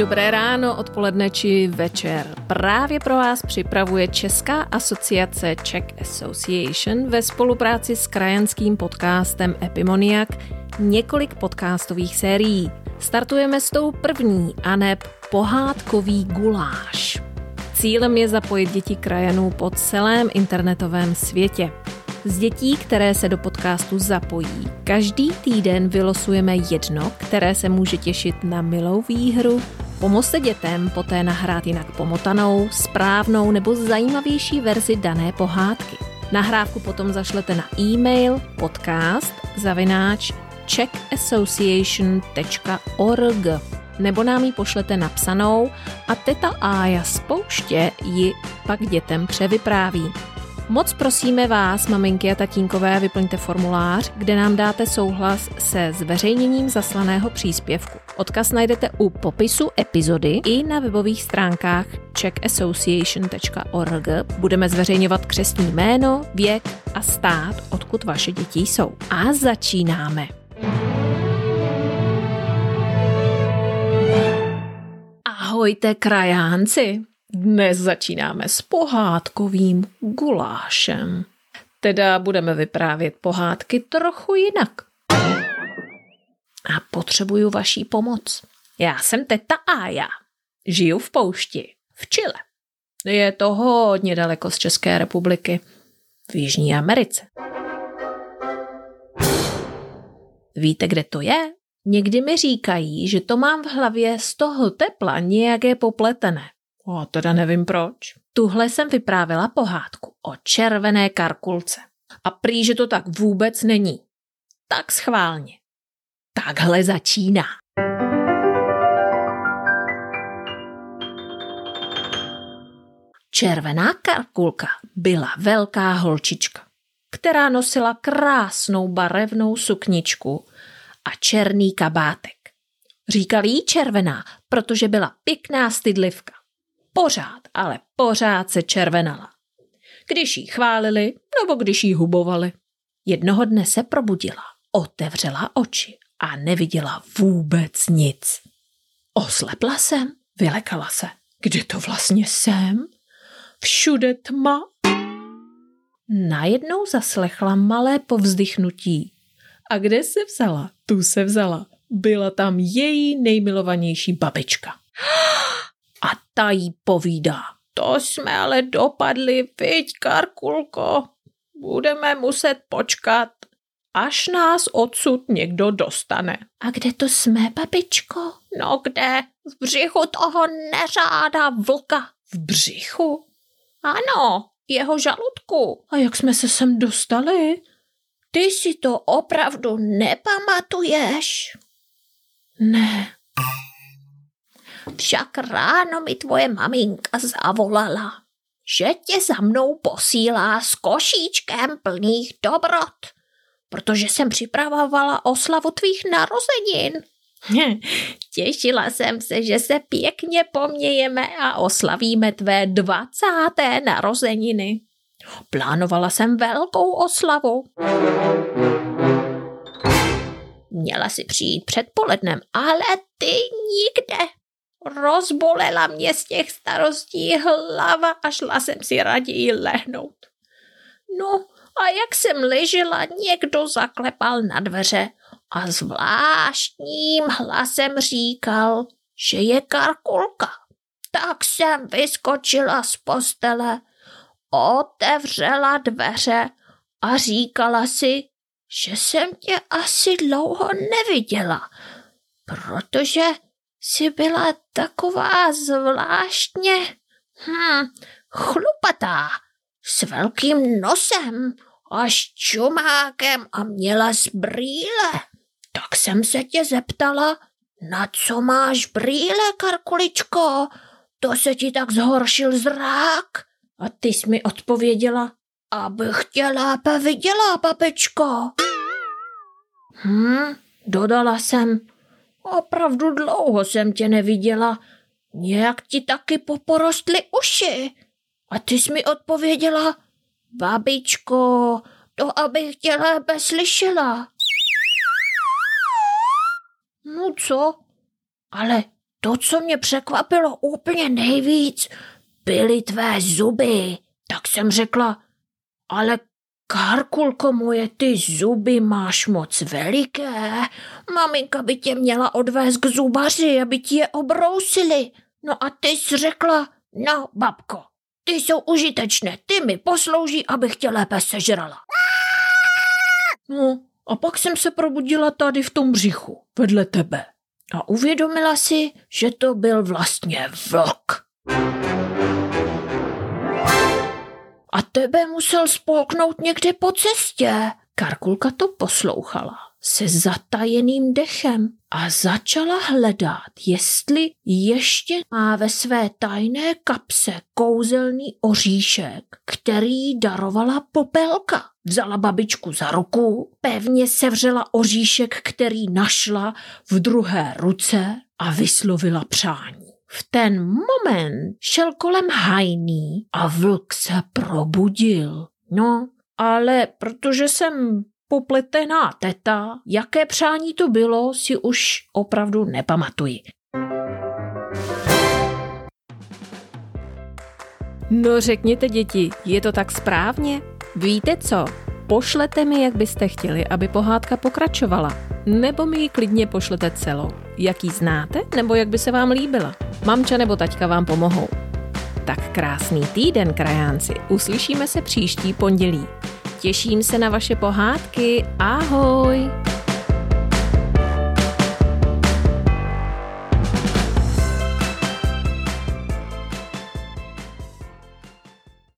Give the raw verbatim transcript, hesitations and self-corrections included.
Dobré ráno, odpoledne či večer. Právě pro vás připravuje Česká asociace Czech Association ve spolupráci s krajanským podcastem Epimoniak několik podcastových sérií. Startujeme s tou první, aneb pohádkový guláš. Cílem je zapojit děti krajanů po celém internetovém světě. Z dětí, které se do podcastu zapojí, každý týden vylosujeme jedno, které se může těšit na milou výhru. Pomozte dětem poté nahrát jinak pomotanou, správnou nebo zajímavější verzi dané pohádky. Nahrávku potom zašlete na e-mail podcast zavináč czech association tečka org nebo nám ji pošlete napsanou a teta Ája z pouště ji pak dětem převypráví. Moc prosíme vás, maminky a tatínkové, vyplňte formulář, kde nám dáte souhlas se zveřejněním zaslaného příspěvku. Odkaz najdete u popisu epizody i na webových stránkách czech association tečka org. Budeme zveřejňovat křestní jméno, věk a stát, odkud vaše děti jsou. A začínáme. Ahojte krajánci! Dnes začínáme s pohádkovým gulášem. Teda budeme vyprávět pohádky trochu jinak. A potřebuju vaší pomoc. Já jsem teta Ája. Žiju v poušti, v Chile. Je to hodně daleko z České republiky, v Jižní Americe. Víte, kde to je? Někdy mi říkají, že to mám v hlavě z toho tepla nějaké popletené. O, teda nevím proč. Tuhle jsem vyprávěla pohádku o červené karkulce. A prý, že to tak vůbec není. Tak schválně. Takhle začíná. Červená karkulka byla velká holčička, která nosila krásnou barevnou sukničku a černý kabátek. Říkali jí červená, protože byla pěkná stydlivka. Pořád, ale pořád se červenala. Když jí chválili, nebo když jí hubovali. Jednoho dne se probudila, otevřela oči a neviděla vůbec nic. Oslepla jsem, vylekala se. Kde to vlastně jsem? Všude tma. Najednou zaslechla malé povzdychnutí. A kde se vzala? Tu se vzala. Byla tam její nejmilovanější babička. A ta jí povídá, to jsme ale dopadli, viď, Karkulko, budeme muset počkat, až nás odsud někdo dostane. A kde to jsme, babičko? No kde? V břichu toho neřáda vlka. V břichu? Ano, jeho žaludku. A jak jsme se sem dostali? Ty si to opravdu nepamatuješ? Ne. Však ráno mi tvoje maminka zavolala, že tě za mnou posílá s košíčkem plných dobrot, protože jsem připravovala oslavu tvých narozenin. Těšila jsem se, že se pěkně pomějeme a oslavíme tvé dvacáté narozeniny. Plánovala jsem velkou oslavu. Měla si přijít předpolednem, ale ty nikde. Rozbolela mě z těch starostí hlava a šla jsem si raději lehnout. No a jak jsem ležela, někdo zaklepal na dveře a zvláštním hlasem říkal, že je Karkulka. Tak jsem vyskočila z postele, otevřela dveře a říkala si, že jsem tě asi dlouho neviděla, protože jsi byla taková zvláštně hm, chlupatá, s velkým nosem a s čumákem a měla z brýle. Tak jsem se tě zeptala, na co máš brýle, Karkuličko? To se ti tak zhoršil zrák? A ty jsi mi odpověděla, abych tě lépe viděla, babičko. Hm, dodala jsem, opravdu dlouho jsem tě neviděla. Nějak ti taky poporostly uši. A ty jsi mi odpověděla, babičko, to abych tě lépe slyšela. No co? Ale to, co mě překvapilo úplně nejvíc, byly tvé zuby. Tak jsem řekla, ale Karkulko moje, ty zuby máš moc veliké. Maminka by tě měla odvést k zubaři, aby ti je obrousili. No a ty jsi řekla, no babko, ty jsou užitečné, ty mi poslouží, abych tě lépe sežrala. No a pak jsem se probudila tady v tom břichu, vedle tebe. A uvědomila si, že to byl vlastně vlk. A tebe musel spolknout někde po cestě. Karkulka to poslouchala se zatajeným dechem a začala hledat, jestli ještě má ve své tajné kapse kouzelný oříšek, který darovala Popelka. Vzala babičku za ruku, pevně sevřela oříšek, který našla v druhé ruce a vyslovila přání. V ten moment šel kolem hajný a vlk se probudil. No, ale protože jsem popletená teta, jaké přání to bylo, si už opravdu nepamatuji. No řekněte, děti, je to tak správně? Víte co? Pošlete mi, jak byste chtěli, aby pohádka pokračovala. Nebo mi ji klidně pošlete celou. Jak ji znáte, nebo jak by se vám líbila. Mamča nebo taťka vám pomohou. Tak krásný týden, krajánci. Uslyšíme se příští pondělí. Těším se na vaše pohádky. Ahoj!